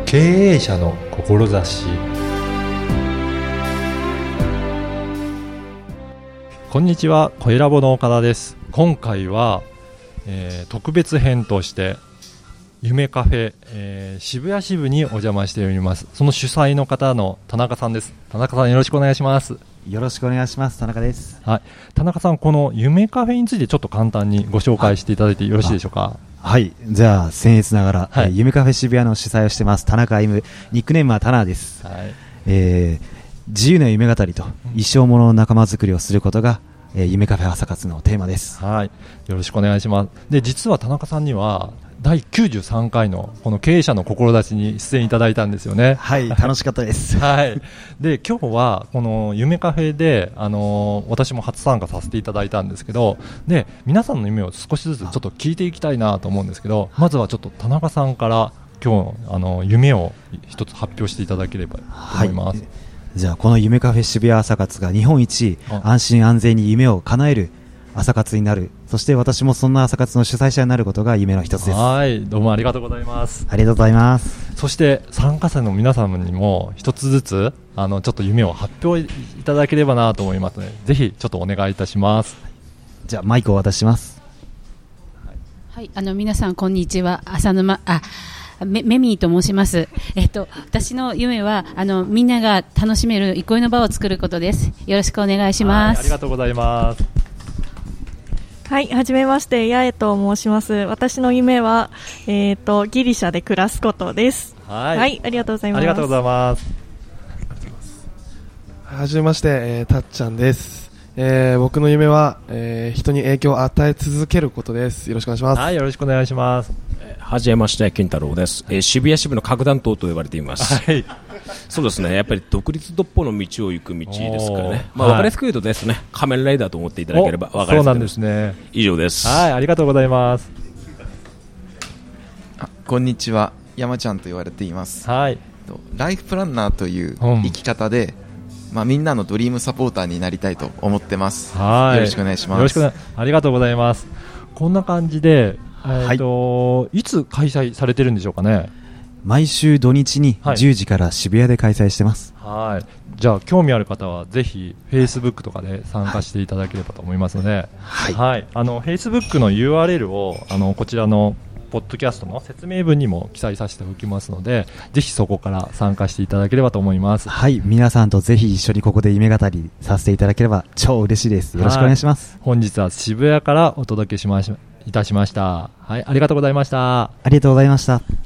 経営者の志。こんにちは、声ラボの岡田です。今回は、特別編として夢カフェ、渋谷支部にお邪魔しております。その主催の方の田中さんです。田中さん、よろしくお願いします。 よろしくお願いします。田中です。 はい、田中さん、この夢カフェについてちょっと簡単にご紹介していただいてよろしいでしょうか。 はい、じゃあ僭越ながら、 はい、 夢カフェ渋谷の主催をしてます田中歩夢、ニックネームはタナです。はい、自由な夢語りと一生ものの仲間づくりをすることが、夢カフェ朝活のテーマです。 はい、よろしくお願いします。で、実は田中さんには第93回のこの経営者の志に出演いただいたんですよね。 はい、楽しかったです。 はい、で今日はこの夢カフェで、私も初参加させていただいたんですけど、で皆さんの夢を少しずつちょっと聞いていきたいなと思うんですけど、まずはちょっと田中さんから今日夢を一つ発表していただければと思います。 はい、じゃあこの夢カフェ渋谷朝活が日本一安心安全に夢を叶える朝活になる、そして私もそんな朝活の主催者になることが夢の一つです。 はい、どうもありがとうございます。 ありがとうございます。 そして参加者の皆様にも一つずつちょっと夢を発表いただければなと思いますので、ぜひちょっとお願いいたします。 じゃあマイクを渡します。 はい、皆さんこんにちは。メミーと申します。私の夢はみんなが楽しめる憩いの場を作ることです。よろしくお願いします。 はい、ありがとうございます。 はい、はじめまして、八重と申します。私の夢は、ギリシャで暮らすことです。 はい、 はい、ありがとうございます。 ありがとうございます。 はじめまして、たっちゃんです。僕の夢は、人に影響を与え続けることです。よろしくお願いします。 はい、よろしくお願いします。 はじめまして、金太郎です。渋谷支部の核弾頭と呼ばれています。はい、そうですね、やっぱり独立独歩の道を行く道ですからね。分かりやすく言うとですね、仮面ライダーと思っていただければ分かりやすい。 そうなんですね。 以上です。 はい、ありがとうございます。 こんにちは、山ちゃんと言われています。 はい、 ライフプランナーという生き方で、みんなのドリームサポーターになりたいと思ってます。はい、よろしくお願いします。 よろしくありがとうございます。こんな感じで、いつ開催されてるんでしょうかね。 毎週土日に10時から渋谷で開催してます。 はい、じゃあ興味ある方はぜひ Facebook とかで参加していただければと思いますので、 はい、 はい、Facebook の URL をこちらのポッドキャストの説明文にも記載させておきますので、ぜひそこから参加していただければと思います。 はい、皆さんとぜひ一緒にここで夢語りさせていただければ超嬉しいです。よろしくお願いします。 本日は渋谷からお届けいたしました。はい、ありがとうございました。 ありがとうございました。